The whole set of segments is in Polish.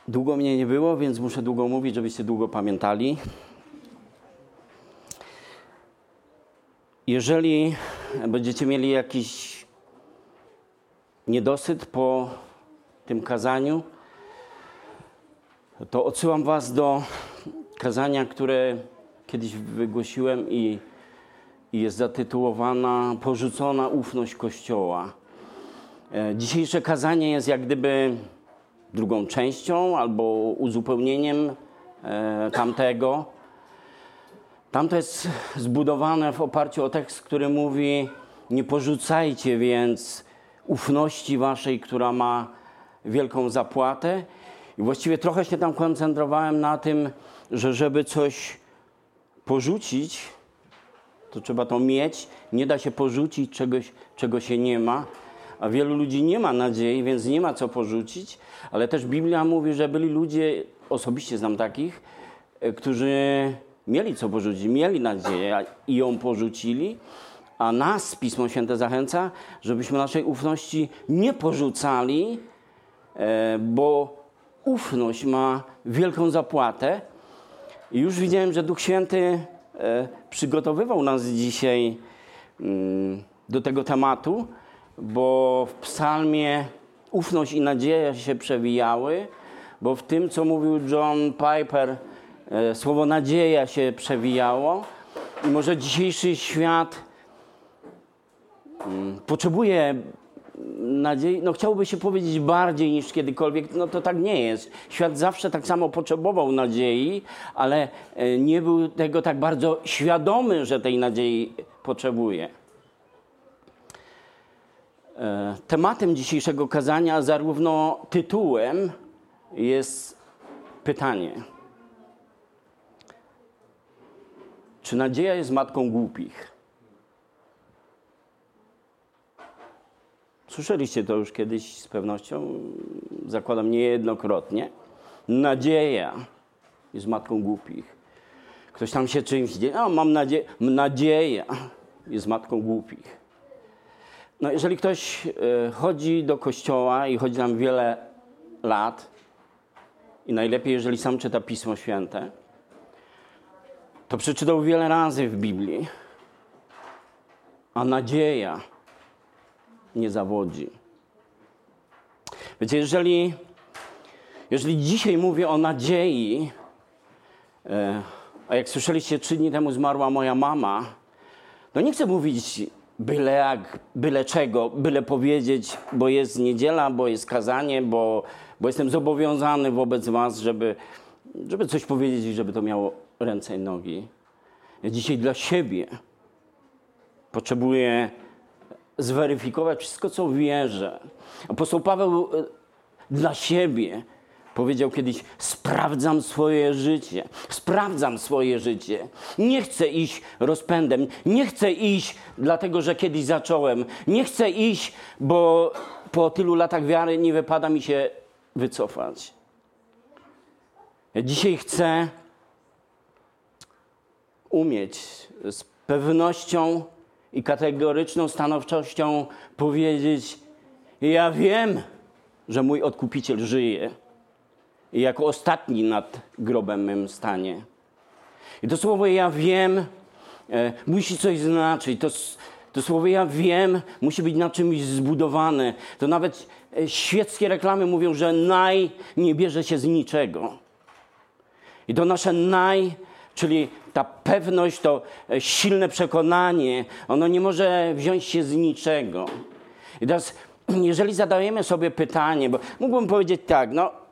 Długo mnie nie było, więc muszę długo mówić, żebyście długo pamiętali. Jeżeli będziecie mieli jakiś niedosyt po tym kazaniu, to odsyłam was do kazania, które kiedyś wygłosiłem i jest zatytułowana Porzucona ufność Kościoła. Dzisiejsze kazanie jest jak gdyby drugą częścią albo uzupełnieniem tamtego. Tamto jest zbudowane w oparciu o tekst, który mówi: nie porzucajcie więc ufności waszej, która ma wielką zapłatę. I właściwie trochę się tam koncentrowałem na tym, że żeby coś porzucić, to trzeba to mieć. Nie da się porzucić czegoś, czego się nie ma. A wielu ludzi nie ma nadziei, więc nie ma co porzucić. Ale też Biblia mówi, że byli ludzie, osobiście znam takich, którzy mieli co porzucić, mieli nadzieję i ją porzucili. A nas Pismo Święte zachęca, żebyśmy naszej ufności nie porzucali, bo ufność ma wielką zapłatę. I już widziałem, że Duch Święty przygotowywał nas dzisiaj do tego tematu, bo w psalmie ufność i nadzieja się przewijały, bo w tym, co mówił John Piper, słowo nadzieja się przewijało. I może dzisiejszy świat potrzebuje nadziei, chciałoby się powiedzieć bardziej niż kiedykolwiek, to tak nie jest. Świat zawsze tak samo potrzebował nadziei, ale nie był tego tak bardzo świadomy, że tej nadziei potrzebuje. Tematem dzisiejszego kazania, zarówno tytułem, jest pytanie: czy nadzieja jest matką głupich? Słyszeliście to już kiedyś z pewnością, zakładam niejednokrotnie. Nadzieja jest matką głupich. Ktoś tam się czymś dzieje, mam nadzieję, nadzieja jest matką głupich. Jeżeli ktoś chodzi do kościoła i chodzi tam wiele lat, i najlepiej, jeżeli sam czyta Pismo Święte, to przeczytał wiele razy w Biblii, a nadzieja nie zawodzi. Wiecie, jeżeli dzisiaj mówię o nadziei, a jak słyszeliście, 3 dni temu zmarła moja mama, to nie chcę mówić byle jak, byle czego, byle powiedzieć, bo jest niedziela, bo jest kazanie, bo jestem zobowiązany wobec was, żeby coś powiedzieć i żeby to miało ręce i nogi. Ja dzisiaj dla siebie potrzebuję zweryfikować wszystko, co wierzę. Apostoł Paweł dla siebie powiedział kiedyś: sprawdzam swoje życie. Sprawdzam swoje życie. Nie chcę iść rozpędem. Nie chcę iść dlatego, że kiedyś zacząłem. Nie chcę iść, bo po tylu latach wiary nie wypada mi się wycofać. Ja dzisiaj chcę umieć z pewnością i kategoryczną stanowczością powiedzieć: ja wiem, że mój Odkupiciel żyje i jako ostatni nad grobem mym stanie. I to słowo ja wiem musi coś znaczyć. To słowo ja wiem musi być na czymś zbudowane. To nawet świeckie reklamy mówią, że naj nie bierze się z niczego. I to nasze naj, czyli ta pewność, to silne przekonanie, ono nie może wziąć się z niczego. I teraz, jeżeli zadajemy sobie pytanie, bo mógłbym powiedzieć tak,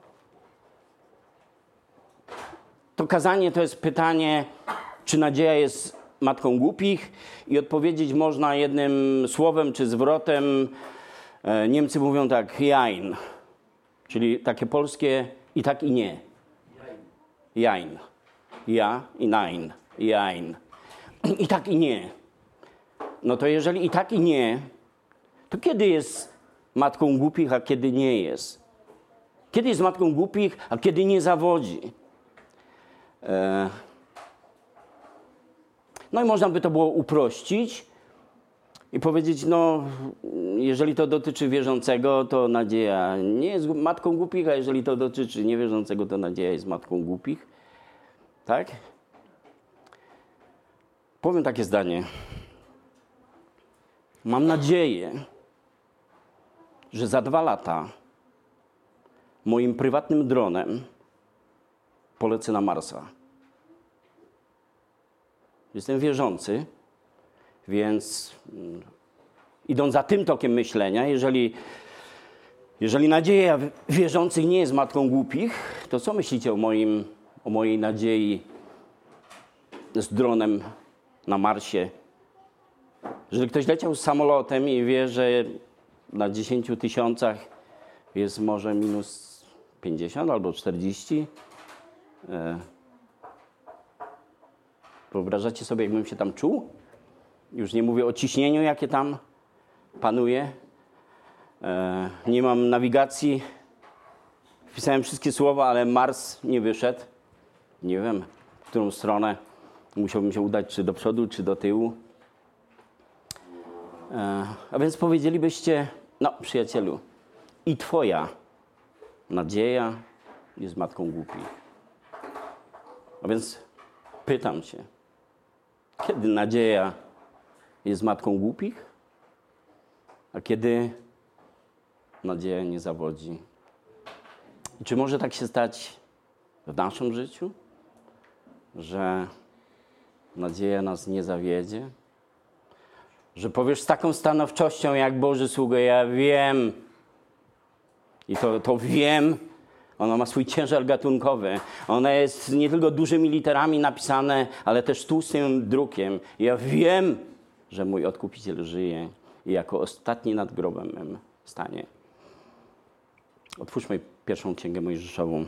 to kazanie to jest pytanie, czy nadzieja jest matką głupich, i odpowiedzieć można jednym słowem czy zwrotem. Niemcy mówią tak: jein, czyli takie polskie i tak i nie. Jein. Ja i nein. Jein. I tak i nie. To jeżeli i tak i nie, to kiedy jest matką głupich, a kiedy nie jest? Kiedy jest matką głupich, a kiedy nie zawodzi? I można by to było uprościć i powiedzieć: jeżeli to dotyczy wierzącego, to nadzieja nie jest matką głupich, a jeżeli to dotyczy niewierzącego, to nadzieja jest matką głupich. Tak? Powiem takie zdanie. Mam nadzieję, że za 2 lata moim prywatnym dronem polecę na Marsa. Jestem wierzący, więc idąc za tym tokiem myślenia, jeżeli nadzieja wierzących nie jest matką głupich, to co myślicie o mojej nadziei z dronem na Marsie? Jeżeli ktoś leciał z samolotem i wie, że na 10 000 jest może minus 50 albo 40, wyobrażacie sobie, jakbym się tam czuł? Już nie mówię o ciśnieniu, jakie tam panuje. Nie mam nawigacji. Wpisałem wszystkie słowa, ale Mars nie wyszedł. Nie wiem, w którą stronę musiałbym się udać, czy do przodu, czy do tyłu. A więc powiedzielibyście, no przyjacielu, i twoja nadzieja jest matką głupich. A więc pytam cię, kiedy nadzieja jest matką głupich, a kiedy nadzieja nie zawodzi? I czy może tak się stać w naszym życiu, że nadzieja nas nie zawiedzie? Że powiesz z taką stanowczością jak Boży sługo, ja wiem, i to wiem, ono ma swój ciężar gatunkowy. Ono jest nie tylko dużymi literami napisane, ale też tłustym drukiem. Ja wiem, że mój Odkupiciel żyje i jako ostatni nad grobem mym stanie. Otwórzmy pierwszą Księgę Mojżeszową.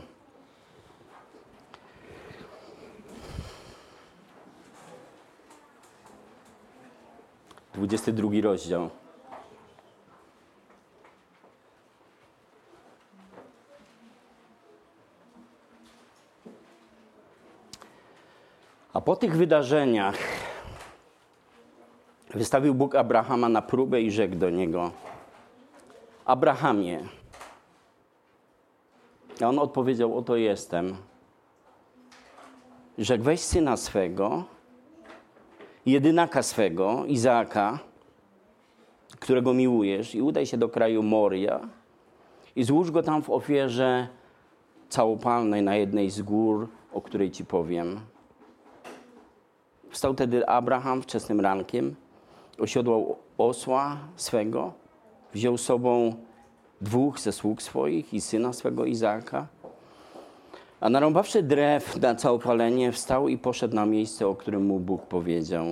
- 22 rozdział. A po tych wydarzeniach wystawił Bóg Abrahama na próbę i rzekł do niego: Abrahamie. A on odpowiedział: oto jestem. Rzekł: weź syna swego, jedynaka swego, Izaaka, którego miłujesz, i udaj się do kraju Moria i złóż go tam w ofierze całopalnej na jednej z gór, o której ci powiem. Wstał tedy Abraham wczesnym rankiem, osiodłał osła swego, wziął z sobą 2 ze sług swoich i syna swego Izaaka, a narąbawszy drew na całopalenie, wstał i poszedł na miejsce, o którym mu Bóg powiedział.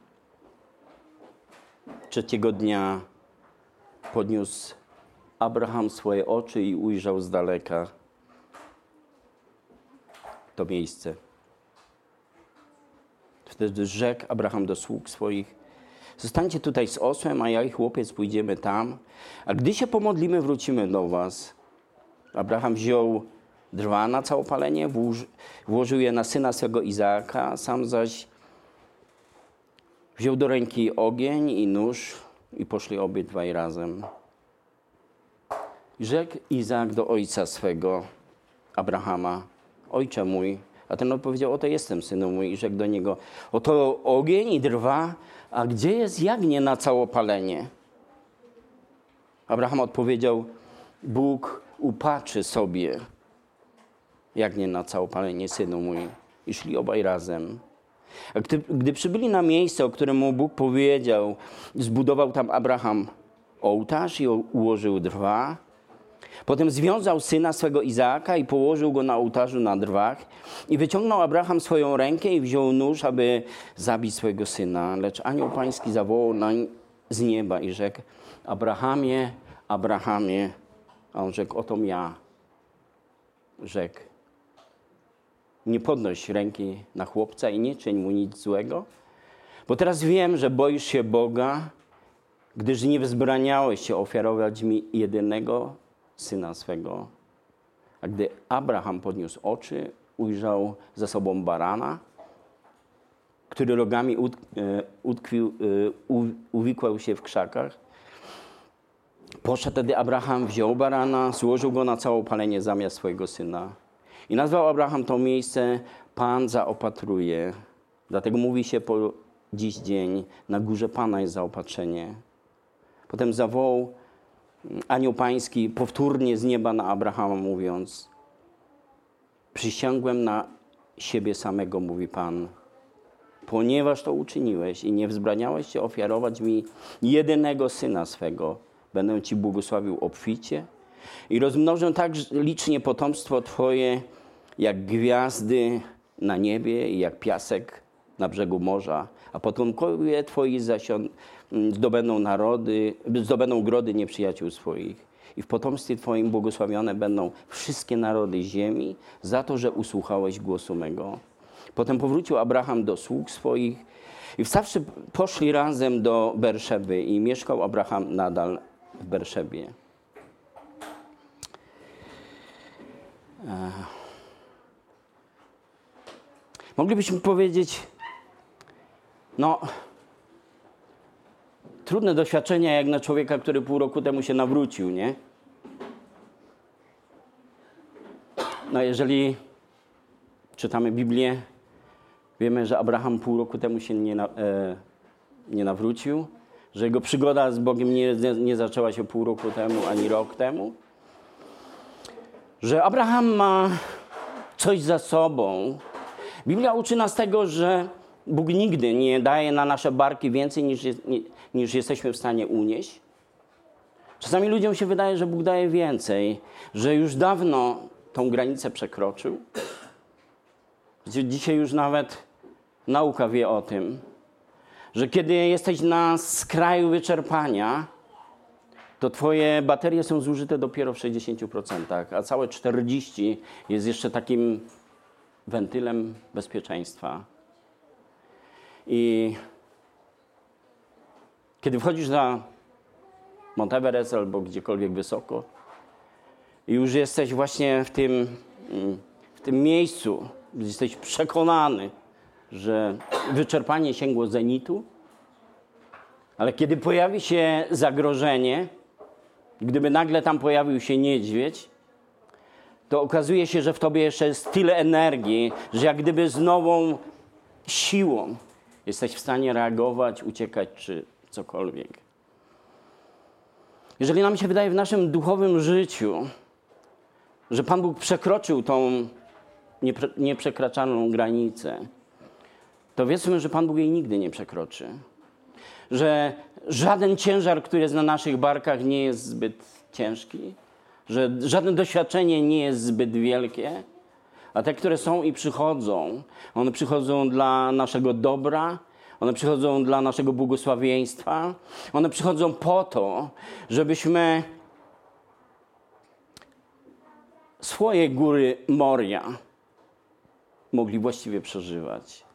3 dnia podniósł Abraham swoje oczy i ujrzał z daleka to miejsce. Wtedy rzekł Abraham do sług swoich: zostańcie tutaj z osłem, a ja i chłopiec pójdziemy tam, a gdy się pomodlimy, wrócimy do was. Abraham wziął drwa na całopalenie, włożył je na syna swego Izaaka, sam zaś wziął do ręki ogień i nóż i poszli obydwaj razem. I rzekł Izaak do ojca swego, Abrahama: ojcze mój. A ten odpowiedział: oto jestem, synu mój. I rzekł do niego: oto ogień i drwa, a gdzie jest jagnię na całopalenie? Abraham odpowiedział: Bóg upatrzy sobie jagnię na całopalenie, synu mój. I szli obaj razem. A gdy przybyli na miejsce, o którym mu Bóg powiedział, zbudował tam Abraham ołtarz i ułożył drwa. Potem związał syna swego Izaaka i położył go na ołtarzu na drwach. I wyciągnął Abraham swoją rękę i wziął nóż, aby zabić swojego syna. Lecz anioł pański zawołał nań z nieba i rzekł: Abrahamie, Abrahamie. A on rzekł: otom ja. Rzekł: nie podnoś ręki na chłopca i nie czyń mu nic złego, bo teraz wiem, że boisz się Boga, gdyż nie wzbraniałeś się ofiarować mi jedynego syna swego. A gdy Abraham podniósł oczy, ujrzał za sobą barana, który rogami uwikłał się w krzakach. Poszedł tedy Abraham, wziął barana, złożył go na całopalenie zamiast swojego syna. I nazwał Abraham to miejsce Pan zaopatruje. Dlatego mówi się po dziś dzień, na górze Pana jest zaopatrzenie. Potem zawołał anioł pański powtórnie z nieba na Abrahama, mówiąc: przysiągłem na siebie samego, mówi Pan, ponieważ to uczyniłeś i nie wzbraniałeś się ofiarować mi jedynego syna swego, będę ci błogosławił obficie i rozmnożę tak licznie potomstwo twoje, jak gwiazdy na niebie i jak piasek na brzegu morza, a potomkowie twoi zdobędą grody nieprzyjaciół swoich. I w potomstwie twoim błogosławione będą wszystkie narody ziemi za to, że usłuchałeś głosu mego. Potem powrócił Abraham do sług swoich i wstawszy poszli razem do Berszeby i mieszkał Abraham nadal w Berszebie. Moglibyśmy powiedzieć, trudne doświadczenia jak na człowieka, który pół roku temu się nawrócił, nie? Jeżeli czytamy Biblię, wiemy, że Abraham pół roku temu się nie nawrócił, że jego przygoda z Bogiem nie zaczęła się pół roku temu, ani rok temu. Że Abraham ma coś za sobą. Biblia uczy nas tego, że Bóg nigdy nie daje na nasze barki więcej niż jesteśmy w stanie unieść. Czasami ludziom się wydaje, że Bóg daje więcej, że już dawno tą granicę przekroczył. Dzisiaj już nawet nauka wie o tym, że kiedy jesteś na skraju wyczerpania, to twoje baterie są zużyte dopiero w 60%, a całe 40% jest jeszcze takim wentylem bezpieczeństwa. I kiedy wchodzisz na Mount Everest albo gdziekolwiek wysoko i już jesteś właśnie w tym miejscu, gdzie jesteś przekonany, że wyczerpanie sięgło zenitu, ale kiedy pojawi się zagrożenie, gdyby nagle tam pojawił się niedźwiedź, to okazuje się, że w tobie jeszcze jest tyle energii, że jak gdyby z nową siłą jesteś w stanie reagować, uciekać czy cokolwiek. Jeżeli nam się wydaje w naszym duchowym życiu, że Pan Bóg przekroczył tą nieprzekraczalną granicę, to wiedzmy, że Pan Bóg jej nigdy nie przekroczy. Że żaden ciężar, który jest na naszych barkach, nie jest zbyt ciężki, że żadne doświadczenie nie jest zbyt wielkie, a te, które są i przychodzą, one przychodzą dla naszego dobra, one przychodzą dla naszego błogosławieństwa, one przychodzą po to, żebyśmy swoje góry Moria mogli właściwie przeżywać.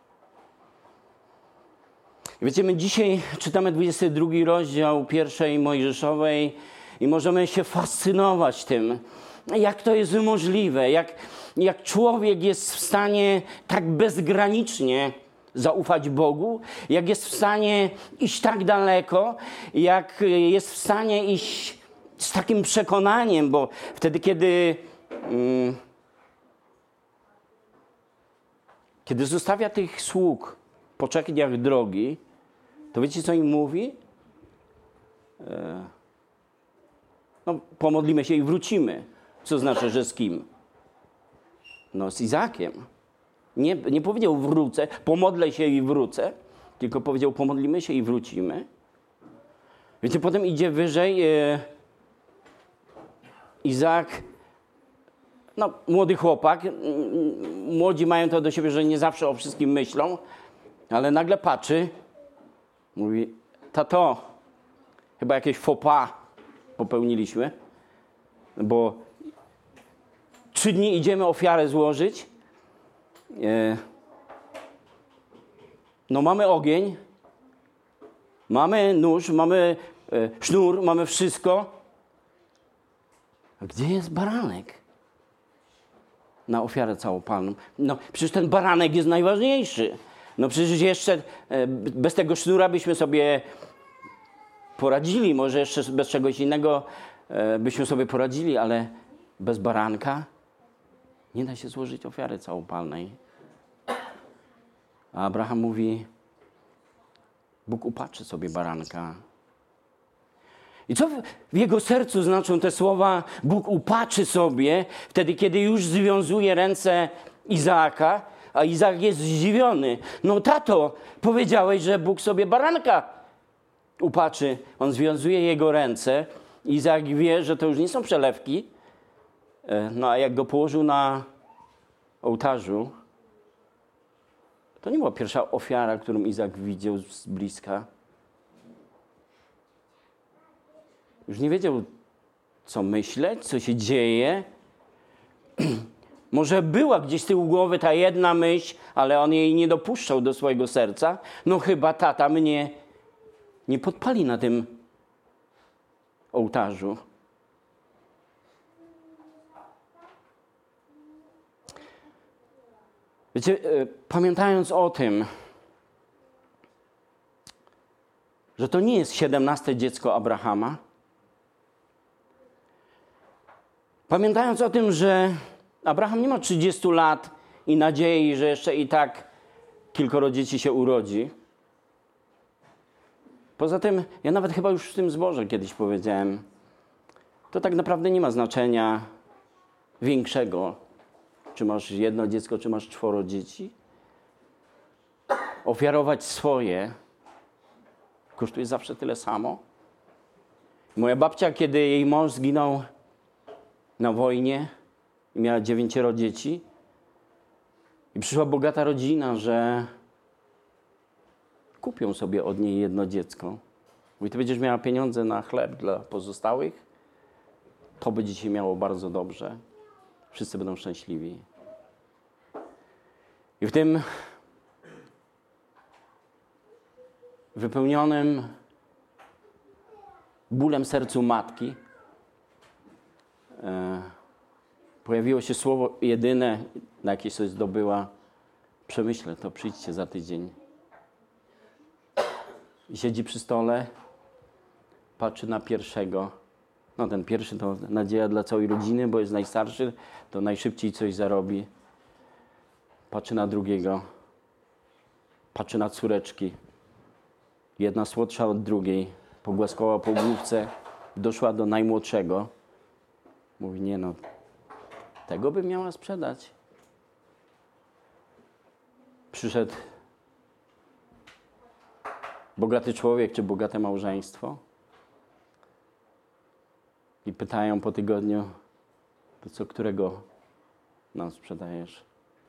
Wiecie, my dzisiaj czytamy 22 rozdział pierwszej Mojżeszowej i możemy się fascynować tym, jak to jest możliwe, jak człowiek jest w stanie tak bezgranicznie zaufać Bogu, jak jest w stanie iść tak daleko, jak jest w stanie iść z takim przekonaniem, bo wtedy, kiedy zostawia tych sług po trzech dniach drogi, to wiecie, co im mówi? Pomodlimy się i wrócimy. Co znaczy, że z kim? Z Izakiem. Nie powiedział wrócę, pomodlę się i wrócę, tylko powiedział pomodlimy się i wrócimy. Wiecie, potem idzie wyżej Izak, młody chłopak. Młodzi mają to do siebie, że nie zawsze o wszystkim myślą, ale nagle patrzy, mówi, tato, chyba jakieś faux pas popełniliśmy, bo 3 dni idziemy ofiarę złożyć. Mamy ogień, mamy nóż, mamy sznur, mamy wszystko. A gdzie jest baranek na ofiarę całopalną? Przecież ten baranek jest najważniejszy. Przecież jeszcze bez tego sznura byśmy sobie poradzili, może jeszcze bez czegoś innego byśmy sobie poradzili, ale bez baranka nie da się złożyć ofiary całopalnej. A Abraham mówi, Bóg upatrzy sobie baranka. I co w jego sercu znaczą te słowa Bóg upatrzy sobie, wtedy kiedy już związuje ręce Izaaka, a Izaak jest zdziwiony. No tato, powiedziałeś, że Bóg sobie baranka upatrzy. On związuje jego ręce. Izaak wie, że to już nie są przelewki. No a jak go położył na ołtarzu, to nie była pierwsza ofiara, którą Izaak widział z bliska. Już nie wiedział, co myśleć, co się dzieje. Może była gdzieś z tyłu głowy ta jedna myśl, ale on jej nie dopuszczał do swojego serca. No chyba tata mnie nie podpali na tym ołtarzu. Wiecie, pamiętając o tym, że to nie jest 17 dziecko Abrahama, pamiętając o tym, że Abraham nie ma 30 lat i nadziei, że jeszcze i tak kilkoro dzieci się urodzi. Poza tym, ja nawet chyba już w tym zborze kiedyś powiedziałem, to tak naprawdę nie ma znaczenia większego, czy masz jedno dziecko, czy masz 4 dzieci. Ofiarować swoje kosztuje zawsze tyle samo. Moja babcia, kiedy jej mąż zginął na wojnie i miała 9 dzieci i przyszła bogata rodzina, że kupią sobie od niej jedno dziecko. Mówi, ty będziesz miała pieniądze na chleb dla pozostałych, to będzie ci miało bardzo dobrze. Wszyscy będą szczęśliwi. I w tym wypełnionym bólem sercu matki pojawiło się słowo jedyne, na jakie sobie zdobyła. Przemyślę to, przyjdźcie za tydzień. I siedzi przy stole, patrzy na pierwszego. No ten pierwszy to nadzieja dla całej rodziny, bo jest najstarszy, to najszybciej coś zarobi. Patrzy na drugiego. Patrzy na córeczki. Jedna słodsza od drugiej. Pogłaskała po główce. Doszła do najmłodszego. Mówi, nie no, tego bym miała sprzedać. Przyszedł bogaty człowiek czy bogate małżeństwo i pytają po tygodniu, to co, którego nam sprzedajesz?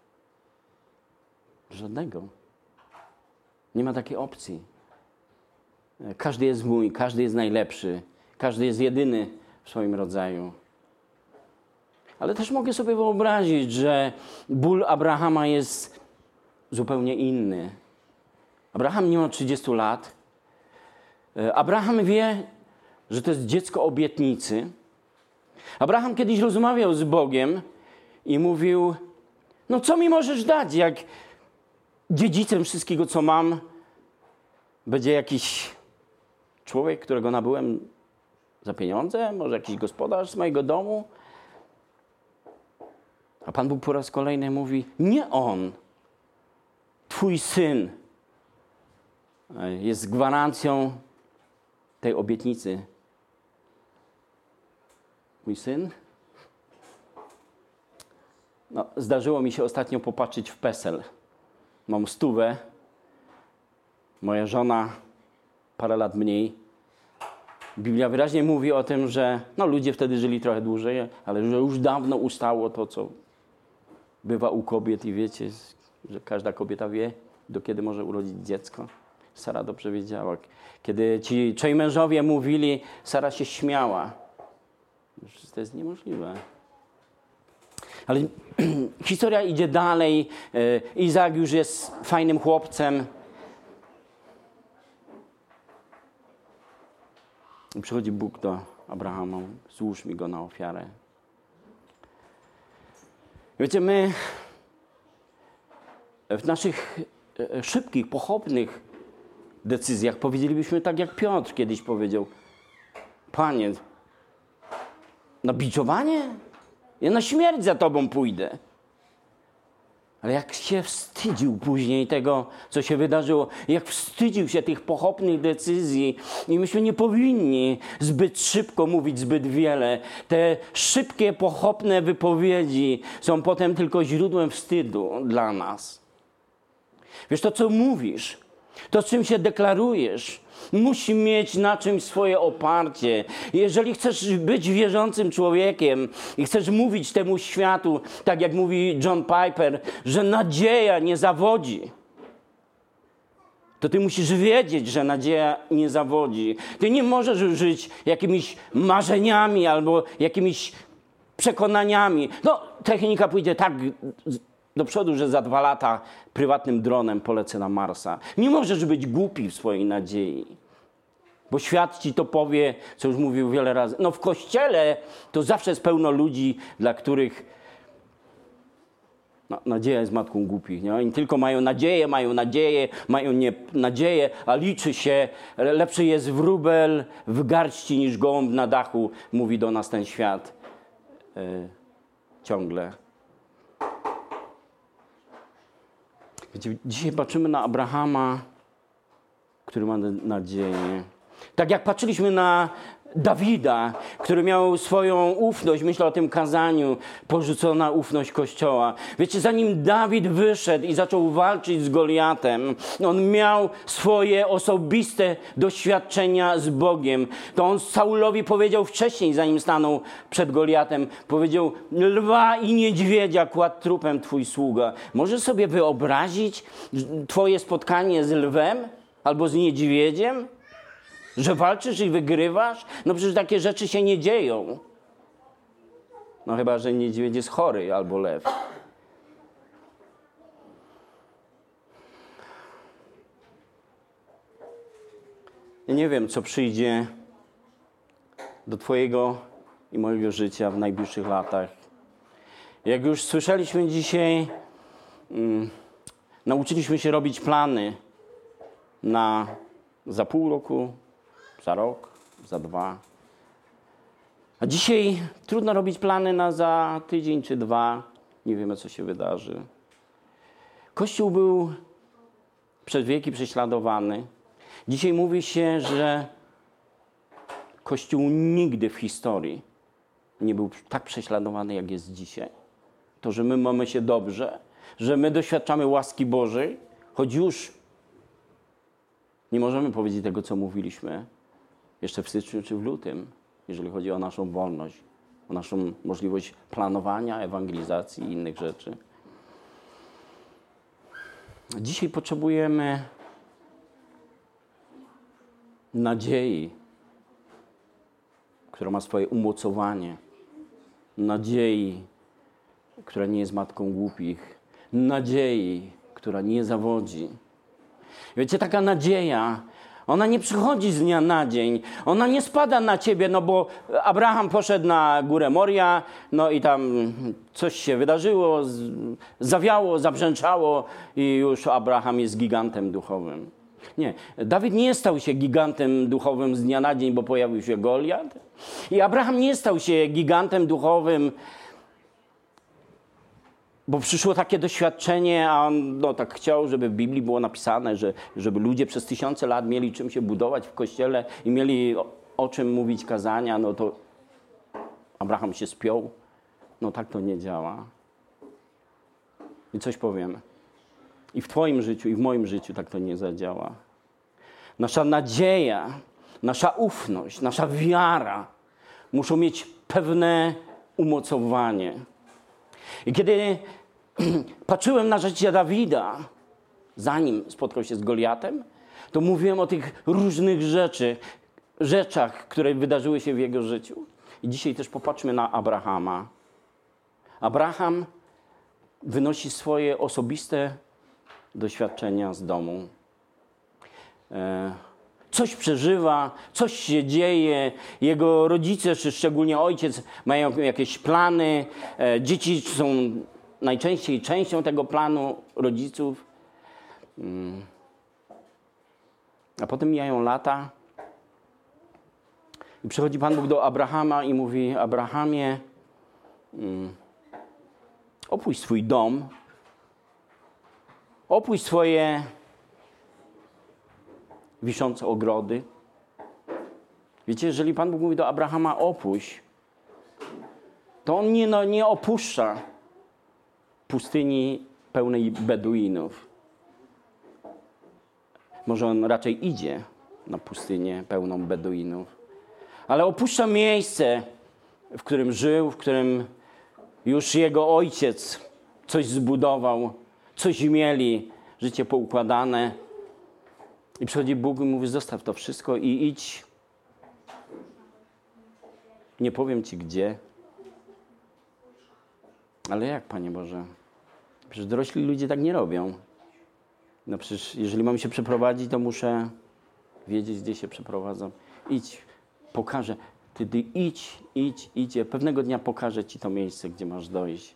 Żadnego. Nie ma takiej opcji. Każdy jest mój, każdy jest najlepszy, każdy jest jedyny w swoim rodzaju. Ale też mogę sobie wyobrazić, że ból Abrahama jest zupełnie inny. Abraham nie ma 30 lat. Abraham wie, że to jest dziecko obietnicy. Abraham kiedyś rozmawiał z Bogiem i mówił, no co mi możesz dać, jak dziedzicem wszystkiego, co mam, będzie jakiś człowiek, którego nabyłem za pieniądze, może jakiś gospodarz z mojego domu. A Pan Bóg po raz kolejny mówi, nie on, twój syn jest gwarancją tej obietnicy. Mój syn? No, zdarzyło mi się ostatnio popatrzeć w PESEL. Mam 100. Moja żona parę lat mniej. Biblia wyraźnie mówi o tym, że ludzie wtedy żyli trochę dłużej, ale że już dawno ustało to, co bywa u kobiet i wiecie, że każda kobieta wie, do kiedy może urodzić dziecko. Sara dobrze wiedziała. Kiedy ci trzej mężowie mówili, Sara się śmiała. To jest niemożliwe. Ale historia idzie dalej. Izaak już jest fajnym chłopcem. I przychodzi Bóg do Abrahama. Złóż mi go na ofiarę. Wiecie, my w naszych szybkich, pochopnych decyzjach powiedzielibyśmy tak, jak Piotr kiedyś powiedział: Panie, na biczowanie? Ja na śmierć za Tobą pójdę. Ale jak się wstydził później tego, co się wydarzyło, jak wstydził się tych pochopnych decyzji, i myśmy nie powinni zbyt szybko mówić zbyt wiele. Te szybkie, pochopne wypowiedzi są potem tylko źródłem wstydu dla nas. Wiesz, to co mówisz, to czym się deklarujesz, musi mieć na czymś swoje oparcie. Jeżeli chcesz być wierzącym człowiekiem i chcesz mówić temu światu, tak jak mówi John Piper, że nadzieja nie zawodzi, to ty musisz wiedzieć, że nadzieja nie zawodzi. Ty nie możesz żyć jakimiś marzeniami albo jakimiś przekonaniami. No, technika pójdzie tak do przodu, że za 2 lata prywatnym dronem polecę na Marsa. Nie możesz być głupi w swojej nadziei, bo świat ci to powie, co już mówił wiele razy. No w Kościele to zawsze jest pełno ludzi, dla których nadzieja jest matką głupich. Nie? Oni tylko mają nadzieję, nie nadzieję, a liczy się, lepszy jest wróbel w garści niż gołąb na dachu, mówi do nas ten świat ciągle. Wiecie, dzisiaj patrzymy na Abrahama, który ma nadzieję. Tak jak patrzyliśmy na Dawida, który miał swoją ufność, myślę o tym kazaniu, porzucona ufność Kościoła. Wiecie, zanim Dawid wyszedł i zaczął walczyć z Goliatem, on miał swoje osobiste doświadczenia z Bogiem. To on Saulowi powiedział wcześniej, zanim stanął przed Goliatem, powiedział: lwa i niedźwiedzia kładł trupem twój sługa. Możesz sobie wyobrazić twoje spotkanie z lwem albo z niedźwiedziem? Że walczysz i wygrywasz? No przecież takie rzeczy się nie dzieją. No chyba, że niedźwiedź jest chory albo lew. Ja nie wiem, co przyjdzie do twojego i mojego życia w najbliższych latach. Jak już słyszeliśmy dzisiaj, nauczyliśmy się robić plany na za pół roku, za rok, za 2. A dzisiaj trudno robić plany na za tydzień czy 2. Nie wiemy, co się wydarzy. Kościół był przez wieki prześladowany. Dzisiaj mówi się, że Kościół nigdy w historii nie był tak prześladowany, jak jest dzisiaj. To, że my mamy się dobrze, że my doświadczamy łaski Bożej, choć już nie możemy powiedzieć tego, co mówiliśmy jeszcze w styczniu czy w lutym, jeżeli chodzi o naszą wolność, o naszą możliwość planowania, ewangelizacji i innych rzeczy. Dzisiaj potrzebujemy nadziei, która ma swoje umocowanie. Nadziei, która nie jest matką głupich. Nadziei, która nie zawodzi. Wiecie, taka nadzieja, ona nie przychodzi z dnia na dzień. Ona nie spada na ciebie, no bo Abraham poszedł na górę Moria, no i tam coś się wydarzyło, zawiało, zabrzęczało i już Abraham jest gigantem duchowym. Nie, Dawid nie stał się gigantem duchowym z dnia na dzień, bo pojawił się Goliat. I Abraham nie stał się gigantem duchowym, bo przyszło takie doświadczenie, a on tak chciał, żeby w Biblii było napisane, żeby ludzie przez 1000 lat mieli czym się budować w Kościele i mieli o czym mówić kazania, no to Abraham się spiął. No tak to nie działa. I coś powiem. I w twoim życiu, i w moim życiu tak to nie zadziała. Nasza nadzieja, nasza ufność, nasza wiara muszą mieć pewne umocowanie. I kiedy patrzyłem na życie Dawida, zanim spotkał się z Goliatem, to mówiłem o tych różnych rzeczach, które wydarzyły się w jego życiu. I dzisiaj też popatrzmy na Abrahama. Abraham wynosi swoje osobiste doświadczenia z domu. Coś przeżywa, coś się dzieje. Jego rodzice, czy szczególnie ojciec, mają jakieś plany. Dzieci są najczęściej częścią tego planu rodziców. A potem mijają lata i przychodzi Pan Bóg do Abrahama i mówi: Abrahamie, opuść swój dom, opuść swoje wiszące ogrody. Wiecie, jeżeli Pan Bóg mówi do Abrahama: opuść, to On nie opuszcza pustyni pełnej Beduinów. Może On raczej idzie na pustynię pełną Beduinów, ale opuszcza miejsce, w którym żył, w którym już jego ojciec coś zbudował, coś mieli, życie poukładane. I przychodzi Bóg i mówi: zostaw to wszystko i idź. Nie powiem ci gdzie. Ale jak, Panie Boże? Przecież dorośli ludzie tak nie robią. No przecież jeżeli mam się przeprowadzić, to muszę wiedzieć, gdzie się przeprowadzam. Idź, pokażę. Ty idź. Pewnego dnia pokażę ci to miejsce, gdzie masz dojść.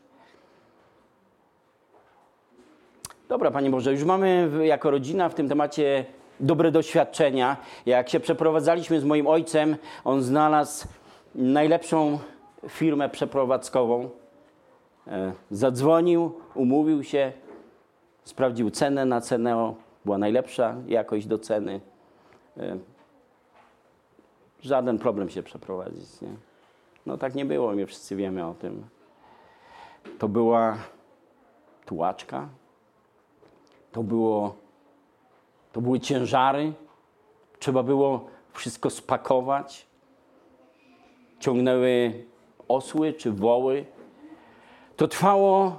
Dobra, Panie Boże, już mamy jako rodzina w tym temacie dobre doświadczenia. Jak się przeprowadzaliśmy z moim ojcem, on znalazł najlepszą firmę przeprowadzkową. Zadzwonił, umówił się, sprawdził cenę na cenę, była najlepsza jakość do ceny. Żaden problem się przeprowadzić, nie? No tak nie było, my wszyscy wiemy o tym. To była tułaczka, to były ciężary, trzeba było wszystko spakować. Ciągnęły osły czy woły. To trwało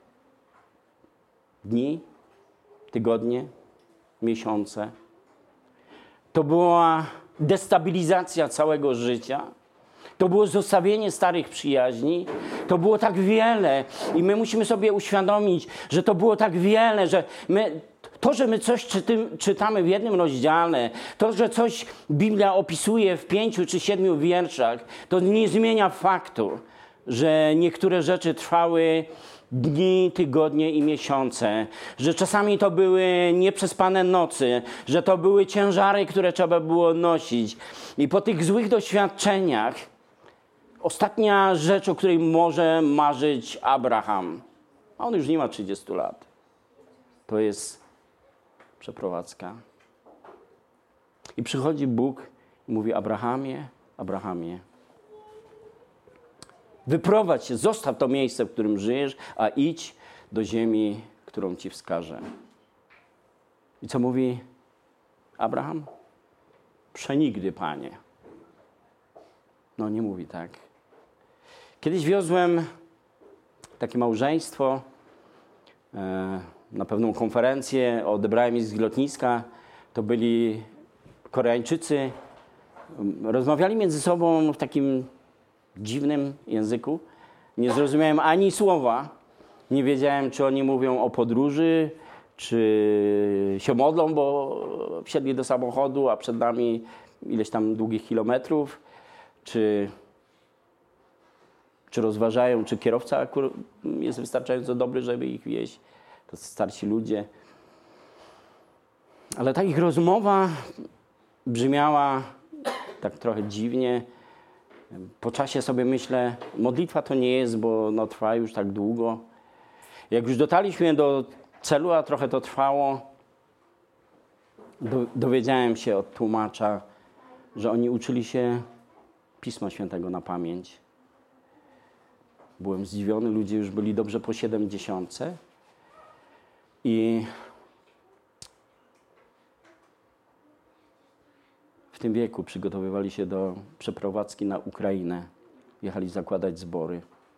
dni, tygodnie, miesiące. To była destabilizacja całego życia. To było zostawienie starych przyjaźni. To było tak wiele i my musimy sobie uświadomić, że to było tak wiele, że że my coś czytamy w jednym rozdziale, to, że coś Biblia opisuje w 5 czy 7 wierszach, to nie zmienia faktu, że niektóre rzeczy trwały dni, tygodnie i miesiące, że czasami to były nieprzespane nocy, że to były ciężary, które trzeba było nosić. I po tych złych doświadczeniach ostatnia rzecz, o której może marzyć Abraham, a on już nie ma 30 lat, to jest przeprowadzka. I przychodzi Bóg i mówi: Abrahamie, Abrahamie, wyprowadź się, zostaw to miejsce, w którym żyjesz, a idź do ziemi, którą ci wskażę. I co mówi Abraham? Przenigdy, Panie. No nie mówi tak. Kiedyś wiozłem takie małżeństwo na pewną konferencję, odebrałem ich z lotniska. To byli Koreańczycy. Rozmawiali między sobą w takim dziwnym języku. Nie zrozumiałem ani słowa. Nie wiedziałem, czy oni mówią o podróży, czy się modlą, bo wsiedli do samochodu, a przed nami ileś tam długich kilometrów, czy rozważają, czy kierowca jest wystarczająco dobry, żeby ich wieźć. To starsi ludzie. Ale ta ich rozmowa brzmiała tak trochę dziwnie. Po czasie sobie myślę, modlitwa to nie jest, bo trwa już tak długo. Jak już dotarliśmy do celu, a trochę to trwało, dowiedziałem się od tłumacza, że oni uczyli się Pisma Świętego na pamięć. Byłem zdziwiony, ludzie już byli dobrze po 70. I w tym wieku przygotowywali się do przeprowadzki na Ukrainę. Jechali zakładać zbory.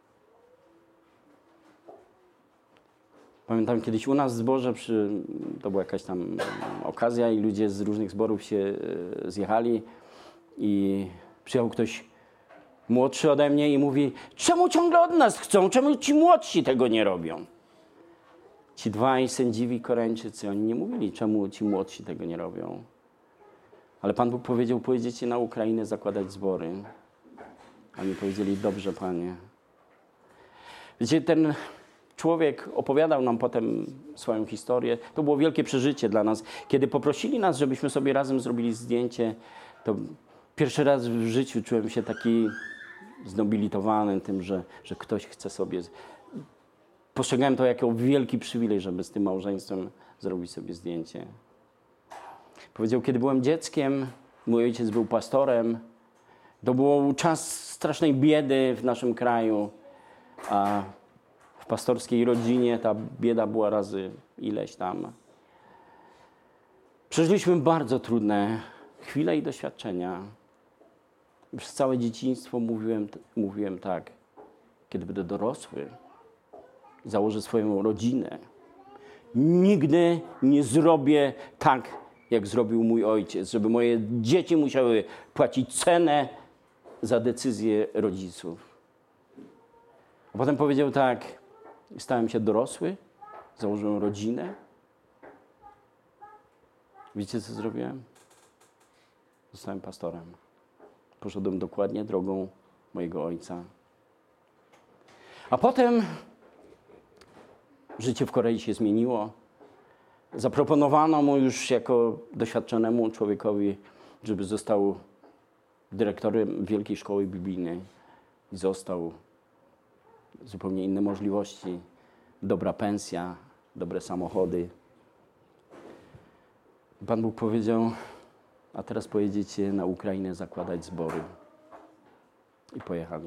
Pamiętam kiedyś u nas w zborze, to była jakaś tam okazja i ludzie z różnych zborów się zjechali i przyjechał ktoś młodszy ode mnie i mówi: czemu ciągle od nas chcą? Czemu ci młodsi tego nie robią? Ci dwaj sędziwi Koreańczycy, oni nie mówili, czemu ci młodsi tego nie robią. Ale Pan Bóg powiedział: pojedziecie na Ukrainę zakładać zbory. Oni powiedzieli: dobrze, Panie. Wiecie, ten człowiek opowiadał nam potem swoją historię. To było wielkie przeżycie dla nas. Kiedy poprosili nas, żebyśmy sobie razem zrobili zdjęcie, to pierwszy raz w życiu czułem się taki znobilitowany tym, że ktoś chce sobie... Postrzegałem to jako wielki przywilej, żeby z tym małżeństwem zrobić sobie zdjęcie. Powiedział, kiedy byłem dzieckiem, mój ojciec był pastorem. To był czas strasznej biedy w naszym kraju, a w pastorskiej rodzinie ta bieda była razy ileś tam. Przeżyliśmy bardzo trudne chwile i doświadczenia. Przez całe dzieciństwo mówiłem tak, kiedy będę dorosły, założę swoją rodzinę, nigdy nie zrobię tak, jak zrobił mój ojciec, żeby moje dzieci musiały płacić cenę za decyzje rodziców. A potem powiedział tak, stałem się dorosły, założyłem rodzinę. Wiecie, co zrobiłem? Zostałem pastorem. Poszedłem dokładnie drogą mojego ojca. A potem życie w Korei się zmieniło. Zaproponowano mu już jako doświadczonemu człowiekowi, żeby został dyrektorem Wielkiej Szkoły Biblijnej. I został. Zupełnie inne możliwości. Dobra pensja, dobre samochody. Pan Bóg powiedział, a teraz pojedziecie na Ukrainę zakładać zbory. I pojechali.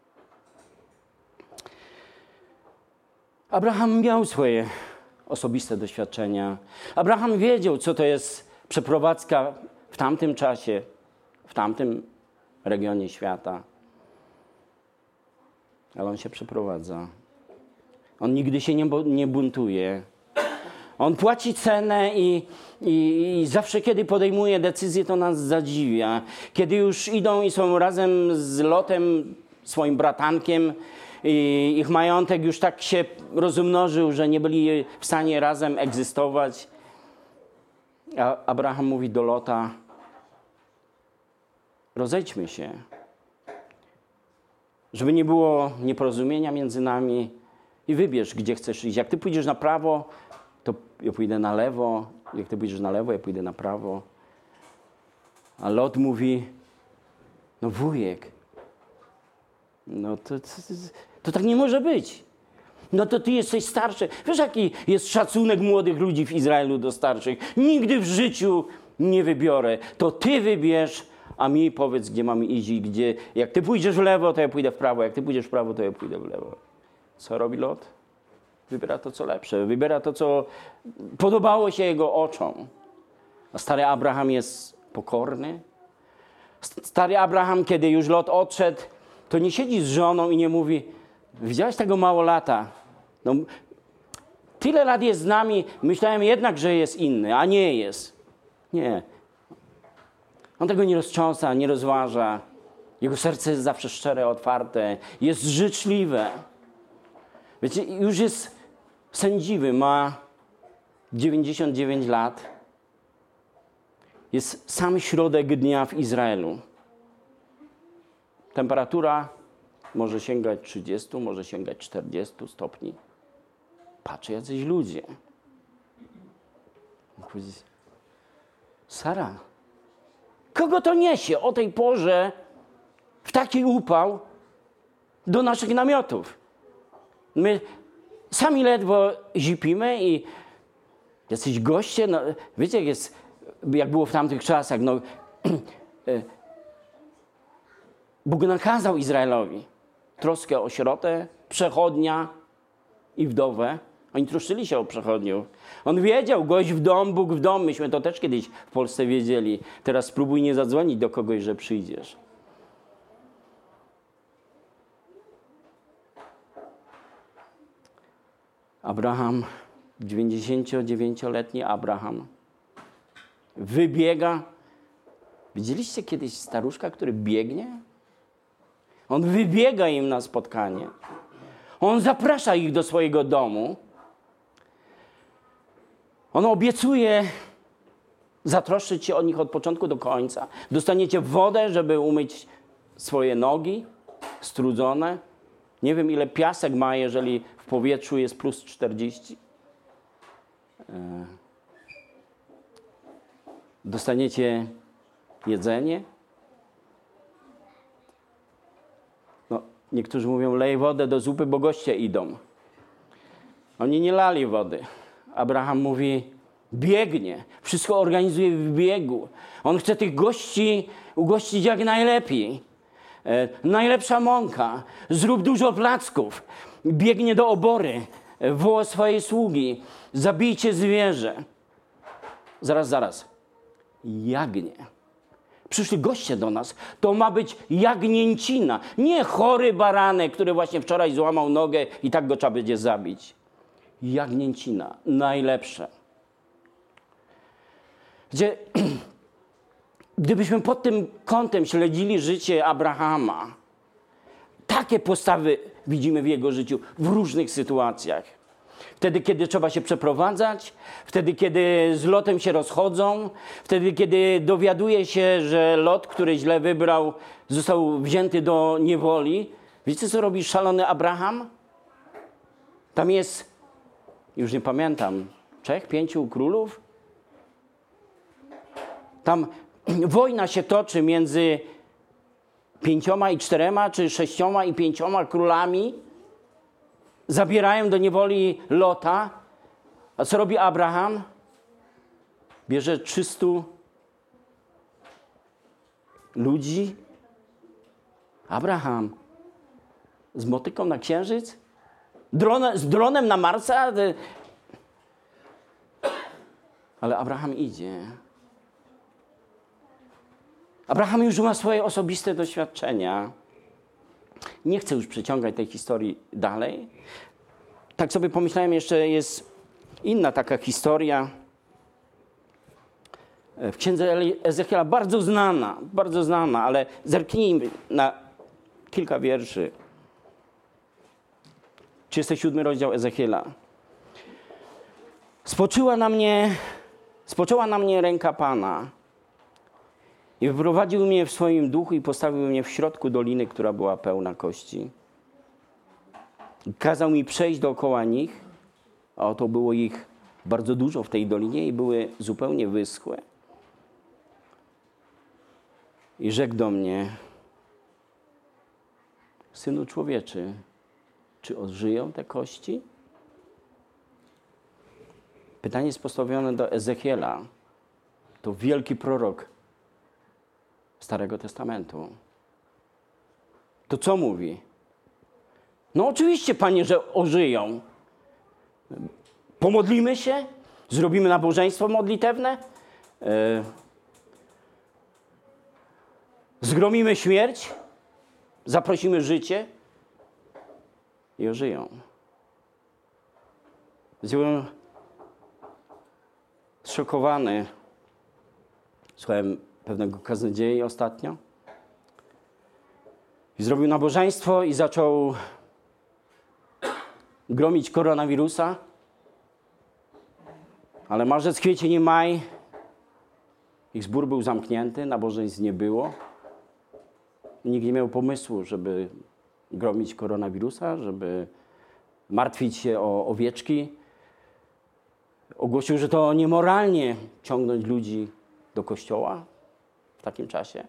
Abraham miał swoje osobiste doświadczenia. Abraham wiedział, co to jest przeprowadzka w tamtym czasie, w tamtym regionie świata. Ale on się przeprowadza. On nigdy się nie buntuje. On płaci cenę i zawsze, kiedy podejmuje decyzję, to nas zadziwia. Kiedy już idą i są razem z Lotem, swoim bratankiem, i ich majątek już tak się rozmnożył, że nie byli w stanie razem egzystować. A Abraham mówi do Lota, rozejdźmy się, żeby nie było nieporozumienia między nami i wybierz, gdzie chcesz iść. Jak ty pójdziesz na prawo, to ja pójdę na lewo. Jak ty pójdziesz na lewo, ja pójdę na prawo. A Lot mówi, no wujek, no to tak nie może być. No to ty jesteś starszy. Wiesz, jaki jest szacunek młodych ludzi w Izraelu do starszych? Nigdy w życiu nie wybiorę. To ty wybierz, a mi powiedz, gdzie mamy iść i gdzie. Jak ty pójdziesz w lewo, to ja pójdę w prawo. Jak ty pójdziesz w prawo, to ja pójdę w lewo. Co robi Lot? Wybiera to, co lepsze. Wybiera to, co podobało się jego oczom. A stary Abraham jest pokorny. Stary Abraham, kiedy już Lot odszedł, to nie siedzi z żoną i nie mówi, widziałeś tego małolata? No, tyle lat jest z nami, myślałem jednak, że jest inny, a nie jest. Nie. On tego nie roztrząsa, nie rozważa. Jego serce jest zawsze szczere, otwarte, jest życzliwe. Wiecie, już jest sędziwy, ma 99 lat. Jest sam środek dnia w Izraelu. Temperatura może sięgać 30, może sięgać 40 stopni. Patrzę, jacyś ludzie. Sara, kogo to niesie o tej porze w taki upał do naszych namiotów? My sami ledwo zipimy i jacyś goście, no, wiecie, jak było w tamtych czasach, no, Bóg nakazał Izraelowi troskę o sierotę, przechodnia i wdowę. Oni troszczyli się o przechodniów. On wiedział, gość w dom, Bóg w dom. Myśmy to też kiedyś w Polsce wiedzieli. Teraz spróbuj nie zadzwonić do kogoś, że przyjdziesz. Abraham, 99-letni Abraham, wybiega. Widzieliście kiedyś staruszka, który biegnie? On wybiega im na spotkanie. On zaprasza ich do swojego domu. On obiecuje zatroszczyć się o nich od początku do końca. Dostaniecie wodę, żeby umyć swoje nogi strudzone. Nie wiem, ile piasek ma, jeżeli w w powietrzu jest plus 40. Dostaniecie jedzenie. No, niektórzy mówią, lej wodę do zupy, bo goście idą. Oni nie lali wody. Abraham mówi, biegnie. Wszystko organizuje w biegu. On chce tych gości ugościć jak najlepiej. Najlepsza mąka. Zrób dużo placków. Biegnie do obory. Woła swojej sługi. Zabijcie zwierzę. Zaraz. Jagnię. Przyszli goście do nas. To ma być jagnięcina. Nie chory baranek, który właśnie wczoraj złamał nogę i tak go trzeba będzie zabić. Jagnięcina. Najlepsze. Gdzie, gdybyśmy pod tym kątem śledzili życie Abrahama, takie postawy widzimy w jego życiu w różnych sytuacjach. Wtedy, kiedy trzeba się przeprowadzać, wtedy, kiedy z Lotem się rozchodzą, wtedy, kiedy dowiaduje się, że Lot, który źle wybrał, został wzięty do niewoli. Wiecie, co robi szalony Abraham? Tam jest, już nie pamiętam, 3, 5 królów. Tam wojna się toczy między 5 i 4, czy 6 i 5 królami. Zabierają do niewoli Lota. A co robi Abraham? Bierze 300 ludzi. Abraham z motyką na księżyc? Z dronem na Marsa? Ale Abraham idzie. Abraham już ma swoje osobiste doświadczenia. Nie chcę już przeciągać tej historii dalej. Tak sobie pomyślałem, jeszcze jest inna taka historia w księdze Ezechiela, bardzo znana, ale zerknijmy na kilka wierszy. 37 rozdział Ezechiela. Spoczęła na mnie ręka Pana i wyprowadził mnie w swoim duchu i postawił mnie w środku doliny, która była pełna kości. Kazał mi przejść dookoła nich, a oto było ich bardzo dużo w tej dolinie i były zupełnie wyschłe. I rzekł do mnie, Synu człowieczy, czy odżyją te kości? Pytanie jest postawione do Ezechiela. To wielki prorok Starego Testamentu. To co mówi? No oczywiście, Panie, że ożyją. Pomodlimy się? Zrobimy nabożeństwo modlitewne? Zgromimy śmierć? Zaprosimy życie? I ożyją. Byłem zszokowany. Słuchałem pewnego kaznodziei ostatnio. I zrobił nabożeństwo i zaczął gromić koronawirusa. Ale marzec, kwiecień i maj ich zbór był zamknięty, nabożeństw nie było. Nikt nie miał pomysłu, żeby gromić koronawirusa, żeby martwić się o owieczki. Ogłosił, że to niemoralnie ciągnąć ludzi do kościoła w takim czasie.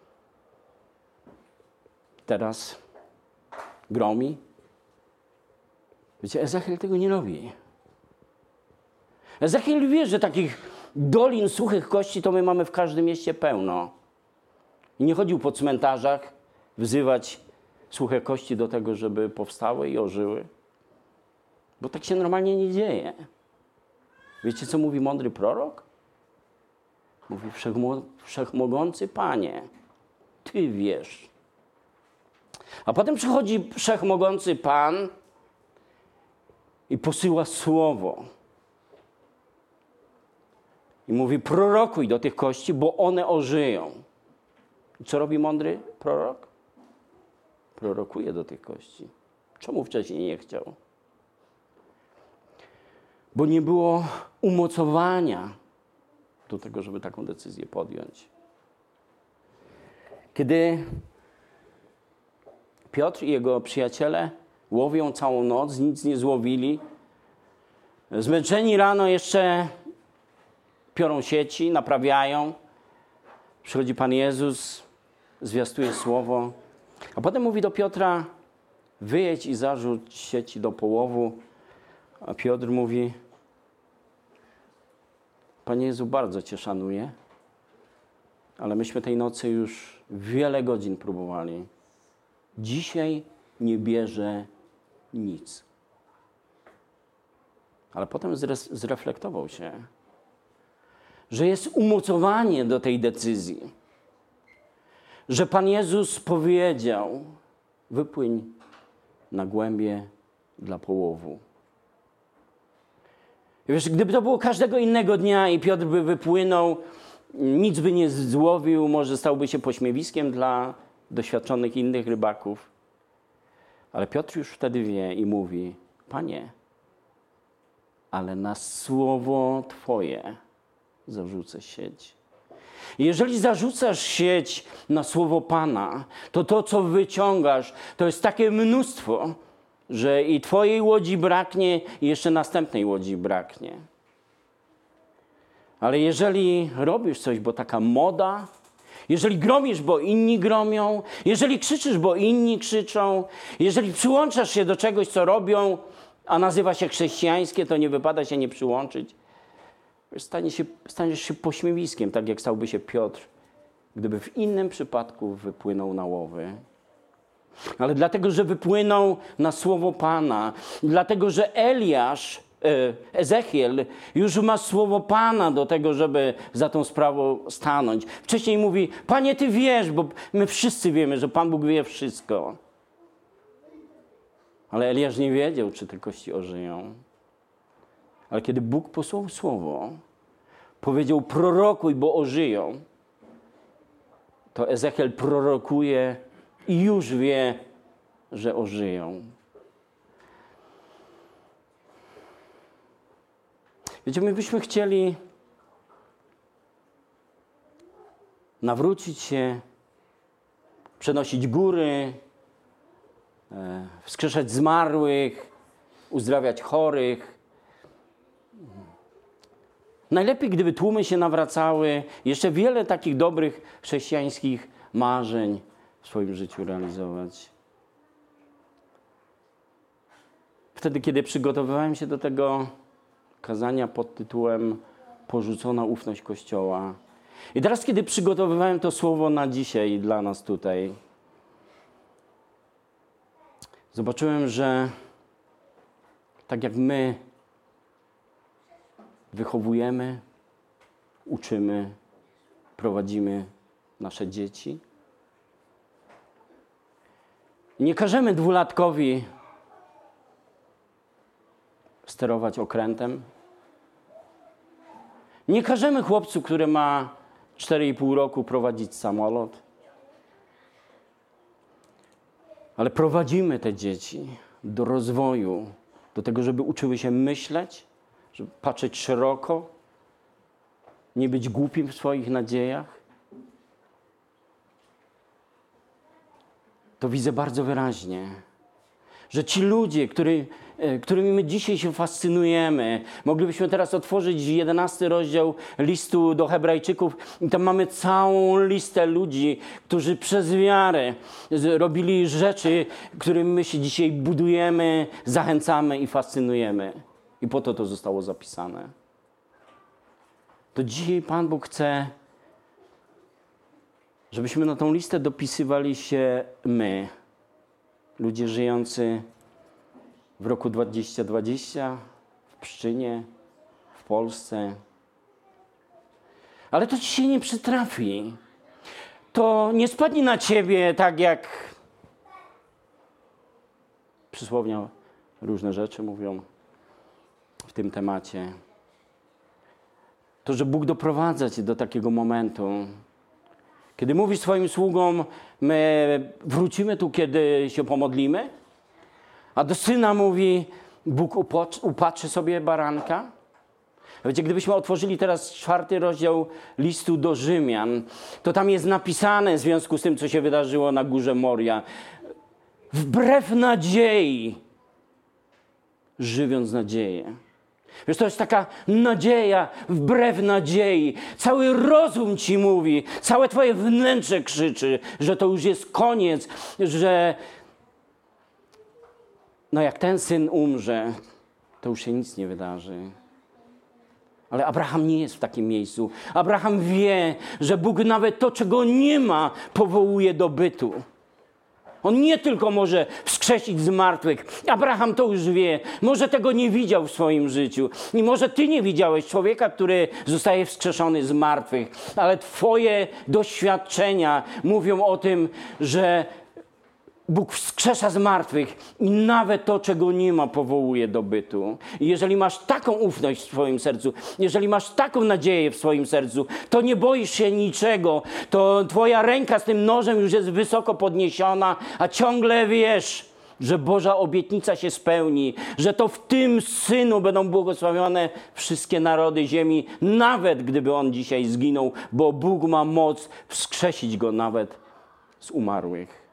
Teraz gromi. Wiecie, Ezechiel tego nie robi. Ezechiel wie, że takich dolin suchych kości to my mamy w każdym mieście pełno. I nie chodził po cmentarzach wzywać suche kości do tego, żeby powstały i ożyły. Bo tak się normalnie nie dzieje. Wiecie, co mówi mądry prorok? Mówi, wszechmogący Panie, Ty wiesz. A potem przychodzi wszechmogący Pan i posyła słowo. I mówi, prorokuj do tych kości, bo one ożyją. I co robi mądry prorok? Prorokuje do tych kości. Czemu wcześniej nie chciał? Bo nie było umocowania do tego, żeby taką decyzję podjąć. Kiedy Piotr i jego przyjaciele Łowią całą noc, nic nie złowili. Zmęczeni rano jeszcze piorą sieci, naprawiają. Przychodzi Pan Jezus, zwiastuje słowo, a potem mówi do Piotra: wyjedź i zarzuć sieci do połowu. A Piotr mówi: Panie Jezu, bardzo Cię szanuję, ale myśmy tej nocy już wiele godzin próbowali. Dzisiaj nie bierze nic. Ale potem zreflektował się, że jest umocowanie do tej decyzji. Że Pan Jezus powiedział: wypłyń na głębie dla połowu. I wiesz, gdyby to było każdego innego dnia i Piotr by wypłynął, nic by nie złowił, może stałby się pośmiewiskiem dla doświadczonych innych rybaków. Ale Piotr już wtedy wie i mówi: Panie, ale na słowo Twoje zarzucę sieć. I jeżeli zarzucasz sieć na słowo Pana, to to, co wyciągasz, to jest takie mnóstwo, że i Twojej łodzi braknie, i jeszcze następnej łodzi braknie. Ale jeżeli robisz coś, bo taka moda, jeżeli gromisz, bo inni gromią, jeżeli krzyczysz, bo inni krzyczą, jeżeli przyłączasz się do czegoś, co robią, a nazywa się chrześcijańskie, to nie wypada się nie przyłączyć. Staniesz się pośmiewiskiem, tak jak stałby się Piotr, gdyby w innym przypadku wypłynął na łowy. Ale dlatego, że wypłynął na słowo Pana, dlatego, że Ezechiel już ma słowo Pana do tego, żeby za tą sprawą stanąć. Wcześniej mówi: Panie, Ty wiesz, bo my wszyscy wiemy, że Pan Bóg wie wszystko. Ale Eliasz nie wiedział, czy te kości ożyją. Ale kiedy Bóg posłał słowo, powiedział: prorokuj, bo ożyją, to Ezechiel prorokuje i już wie, że ożyją. Wiecie, my byśmy chcieli nawrócić się, przenosić góry, wskrzeszać zmarłych, uzdrawiać chorych. Najlepiej, gdyby tłumy się nawracały, jeszcze wiele takich dobrych chrześcijańskich marzeń w swoim życiu realizować. Wtedy, kiedy przygotowywałem się do tego kazania pod tytułem Porzucona ufność Kościoła. I teraz, kiedy przygotowywałem to słowo na dzisiaj dla nas tutaj, zobaczyłem, że tak jak my wychowujemy, uczymy, prowadzimy nasze dzieci, nie każemy dwulatkowi sterować okrętem. Nie każemy chłopcu, który ma 4,5 roku, prowadzić samolot. Ale prowadzimy te dzieci do rozwoju, do tego, żeby uczyły się myśleć, żeby patrzeć szeroko, nie być głupim w swoich nadziejach. To widzę bardzo wyraźnie, że ci ludzie, którymi my dzisiaj się fascynujemy, moglibyśmy teraz otworzyć 11 rozdział listu do Hebrajczyków i tam mamy całą listę ludzi, którzy przez wiarę robili rzeczy, którymi my się dzisiaj budujemy, zachęcamy i fascynujemy. I po to zostało zapisane. To dzisiaj Pan Bóg chce, żebyśmy na tą listę dopisywali się my, ludzie żyjący w roku 2020, w Pszczynie, w Polsce. Ale to ci się nie przytrafi. To nie spadnie na ciebie tak jak przysłownie różne rzeczy mówią w tym temacie. To, że Bóg doprowadza cię do takiego momentu, kiedy mówi swoim sługom: my wrócimy tu, kiedy się pomodlimy, a do syna mówi: Bóg upatrzy sobie baranka. Wiecie, gdybyśmy otworzyli teraz 4 rozdział listu do Rzymian, to tam jest napisane w związku z tym, co się wydarzyło na górze Moria. wbrew nadziei, żywiąc nadzieję. Wiesz, to jest taka nadzieja wbrew nadziei. Cały rozum ci mówi, całe twoje wnętrze krzyczy, że to już jest koniec, że no jak ten syn umrze, to już się nic nie wydarzy. Ale Abraham nie jest w takim miejscu. Abraham wie, że Bóg nawet to, czego nie ma, powołuje do bytu. On nie tylko może wskrzesić z martwych. Abraham to już wie. Może tego nie widział w swoim życiu. I może ty nie widziałeś człowieka, który zostaje wskrzeszony z martwych. Ale twoje doświadczenia mówią o tym, że Bóg wskrzesza z martwych i nawet to, czego nie ma, powołuje do bytu. I jeżeli masz taką ufność w swoim sercu, jeżeli masz taką nadzieję w swoim sercu, to nie boisz się niczego, to twoja ręka z tym nożem już jest wysoko podniesiona, a ciągle wiesz, że Boża obietnica się spełni, że to w tym Synu będą błogosławione wszystkie narody ziemi, nawet gdyby On dzisiaj zginął, bo Bóg ma moc wskrzesić Go nawet z umarłych.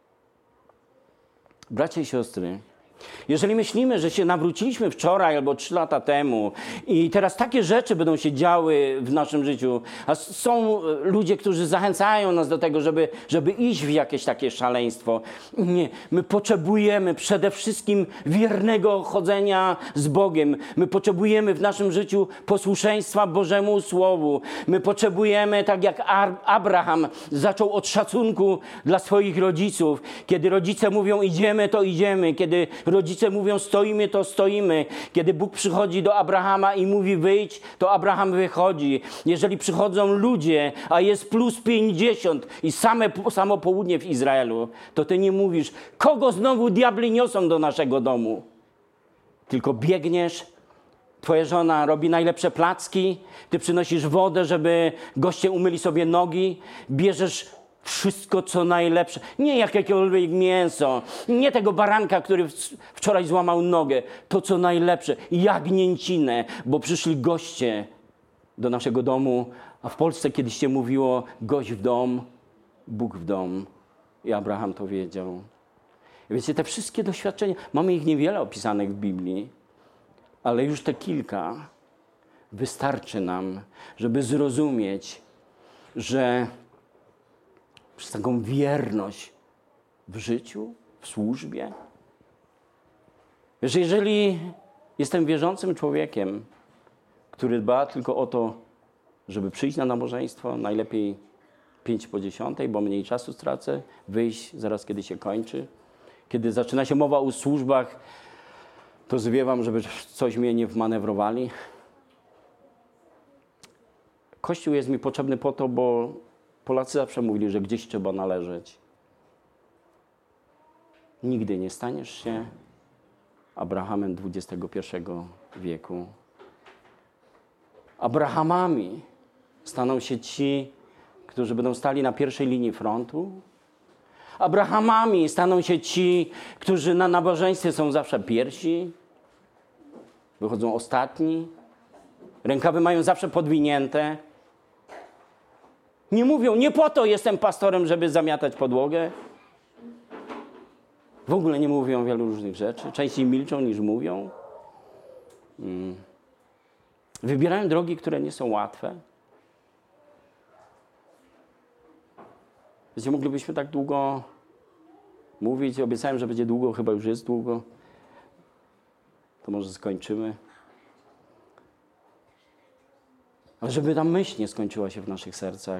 Bracia i siostry, jeżeli myślimy, że się nawróciliśmy wczoraj albo 3 lata temu i teraz takie rzeczy będą się działy w naszym życiu, a są ludzie, którzy zachęcają nas do tego, żeby iść w jakieś takie szaleństwo. Nie, my potrzebujemy przede wszystkim wiernego chodzenia z Bogiem. My potrzebujemy w naszym życiu posłuszeństwa Bożemu Słowu. My potrzebujemy, tak jak Abraham zaczął od szacunku dla swoich rodziców. Kiedy rodzice mówią idziemy, to idziemy. Kiedy rodzice mówią stoimy, to stoimy. Kiedy Bóg przychodzi do Abrahama i mówi wyjdź, to Abraham wychodzi. Jeżeli przychodzą ludzie, a jest plus 50 i samo południe w Izraelu, to ty nie mówisz, kogo znowu diabli niosą do naszego domu. Tylko biegniesz, twoja żona robi najlepsze placki, ty przynosisz wodę, żeby goście umyli sobie nogi, bierzesz wszystko, co najlepsze. Nie jakiekolwiek mięso, nie tego baranka, który wczoraj złamał nogę. To, co najlepsze. Jagnięcinę, bo przyszli goście do naszego domu, a w Polsce kiedyś się mówiło gość w dom, Bóg w dom. I Abraham to wiedział. I wiecie, te wszystkie doświadczenia, mamy ich niewiele opisanych w Biblii, ale już te kilka wystarczy nam, żeby zrozumieć, że przez taką wierność w życiu, w służbie. Wiesz, jeżeli jestem wierzącym człowiekiem, który dba tylko o to, żeby przyjść na nabożeństwo, najlepiej 5:50, bo mniej czasu stracę, wyjść zaraz, kiedy się kończy. Kiedy zaczyna się mowa o służbach, to zwiewam, żeby coś mnie nie wmanewrowali. Kościół jest mi potrzebny po to, bo Polacy zawsze mówili, że gdzieś trzeba należeć. Nigdy nie staniesz się Abrahamem XXI wieku. Abrahamami staną się ci, którzy będą stali na pierwszej linii frontu. Abrahamami staną się ci, którzy na nabożeństwie są zawsze pierwsi, wychodzą ostatni, rękawy mają zawsze podwinięte. Nie mówią, nie po to jestem pastorem, żeby zamiatać podłogę. W ogóle nie mówią wielu różnych rzeczy. Częściej milczą niż mówią. Wybierają drogi, które nie są łatwe. Wiecie, moglibyśmy tak długo mówić. Obiecałem, że będzie długo, chyba już jest długo. To może skończymy. Ale żeby ta myśl nie skończyła się w naszych sercach,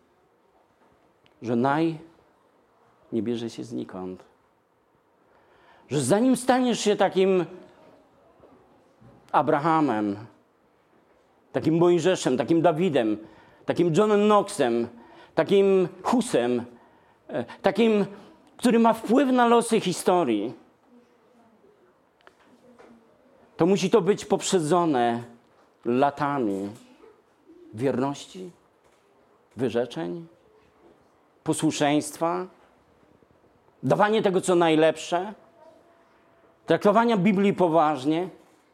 że nie bierze się znikąd. Że zanim staniesz się takim Abrahamem, takim Mojżeszem, takim Dawidem, takim Johnem Knoxem, takim Husem, takim, który ma wpływ na losy historii, to musi to być poprzedzone latami wierności, wyrzeczeń, posłuszeństwa, dawanie tego, co najlepsze, traktowania Biblii poważnie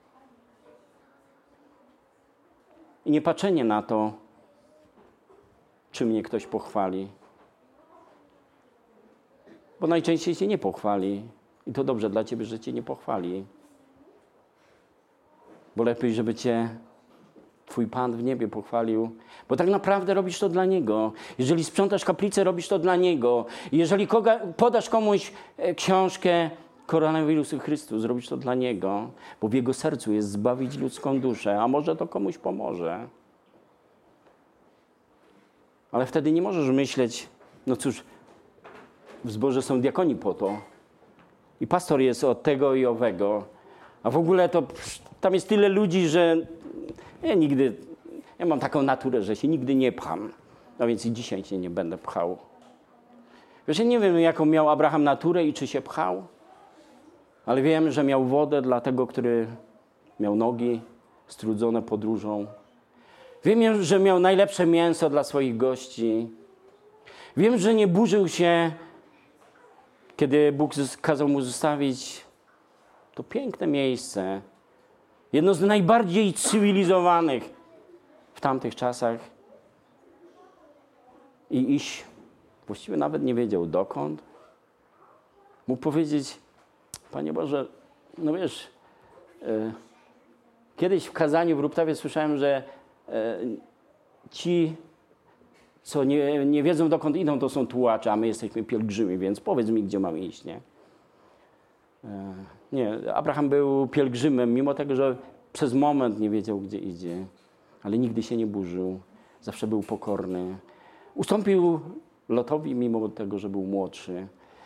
i nie patrzenie na to, czy mnie ktoś pochwali. Bo najczęściej cię nie pochwali. I to dobrze dla ciebie, że cię nie pochwali. Bo lepiej, żeby cię twój Pan w niebie pochwalił. Bo tak naprawdę robisz to dla Niego. Jeżeli sprzątasz kaplicę, robisz to dla Niego. Jeżeli podasz komuś książkę Koronawirus Chrystus, zrobisz to dla Niego. Bo w Jego sercu jest zbawić ludzką duszę. A może to komuś pomoże. Ale wtedy nie możesz myśleć, no cóż, w zborze są diakoni po to. I pastor jest od tego i owego. A w ogóle to tam jest tyle ludzi, że ja mam taką naturę, że się nigdy nie pcham. No więc i dzisiaj się nie będę pchał. Wiesz, ja nie wiem, jaką miał Abraham naturę i czy się pchał, ale wiem, że miał wodę dla tego, który miał nogi strudzone podróżą. Wiem, że miał najlepsze mięso dla swoich gości. Wiem, że nie burzył się, kiedy Bóg kazał mu zostawić to piękne miejsce. Jedno z najbardziej cywilizowanych w tamtych czasach. I iść, właściwie nawet nie wiedział dokąd. Mógł powiedzieć, Panie Boże, no wiesz, kiedyś w kazaniu w Ruptawie słyszałem, że ci, co nie wiedzą dokąd idą, to są tułacze, a my jesteśmy pielgrzymi, więc powiedz mi, gdzie mamy iść, nie? Nie, Abraham był pielgrzymem, mimo tego, że przez moment nie wiedział, gdzie idzie, ale nigdy się nie burzył, zawsze był pokorny. Ustąpił Lotowi, mimo tego, że był młodszy.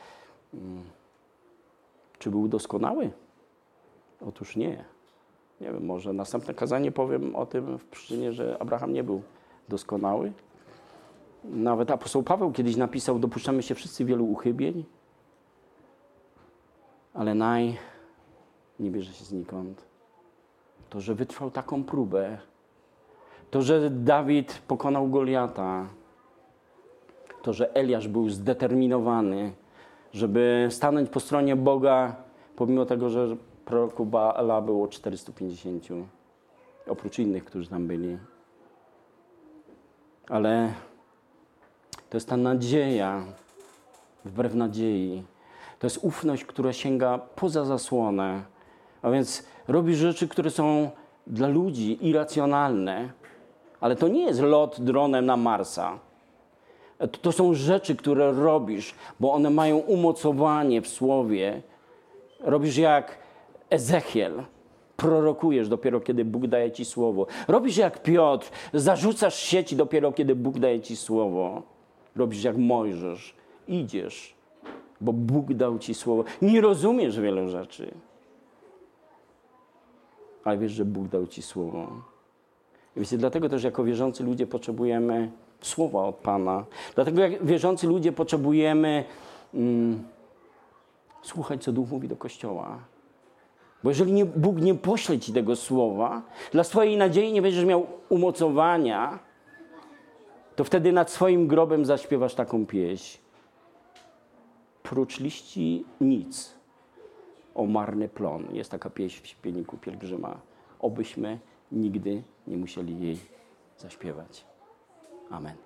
Czy był doskonały? Otóż nie. Nie wiem, może następne kazanie powiem o tym w przyczynie, że Abraham nie był doskonały. Nawet apostoł Paweł kiedyś napisał, dopuszczamy się wszyscy wielu uchybień, ale nie bierze się znikąd. To, że wytrwał taką próbę, to, że Dawid pokonał Goliata, to, że Eliasz był zdeterminowany, żeby stanąć po stronie Boga, pomimo tego, że proroków Baala było 450, oprócz innych, którzy tam byli. Ale to jest ta nadzieja, wbrew nadziei. To jest ufność, która sięga poza zasłonę. A więc robisz rzeczy, które są dla ludzi irracjonalne, ale to nie jest lot dronem na Marsa. To są rzeczy, które robisz, bo one mają umocowanie w Słowie. Robisz jak Ezechiel. Prorokujesz dopiero, kiedy Bóg daje ci słowo. Robisz jak Piotr. Zarzucasz sieci dopiero, kiedy Bóg daje ci słowo. Robisz jak Mojżesz. Idziesz, bo Bóg dał ci słowo. Nie rozumiesz wielu rzeczy, ale wiesz, że Bóg dał ci słowo. I wiecie, dlatego też jako wierzący ludzie potrzebujemy słowa od Pana. Dlatego jak wierzący ludzie potrzebujemy słuchać, co Duch mówi do Kościoła. Bo jeżeli Bóg nie pośle ci tego słowa, dla swojej nadziei nie będziesz miał umocowania, to wtedy nad swoim grobem zaśpiewasz taką pieśń. Prócz liści nic, o marny plon. Jest taka pieśń w śpiewniku pielgrzyma. Obyśmy nigdy nie musieli jej zaśpiewać. Amen.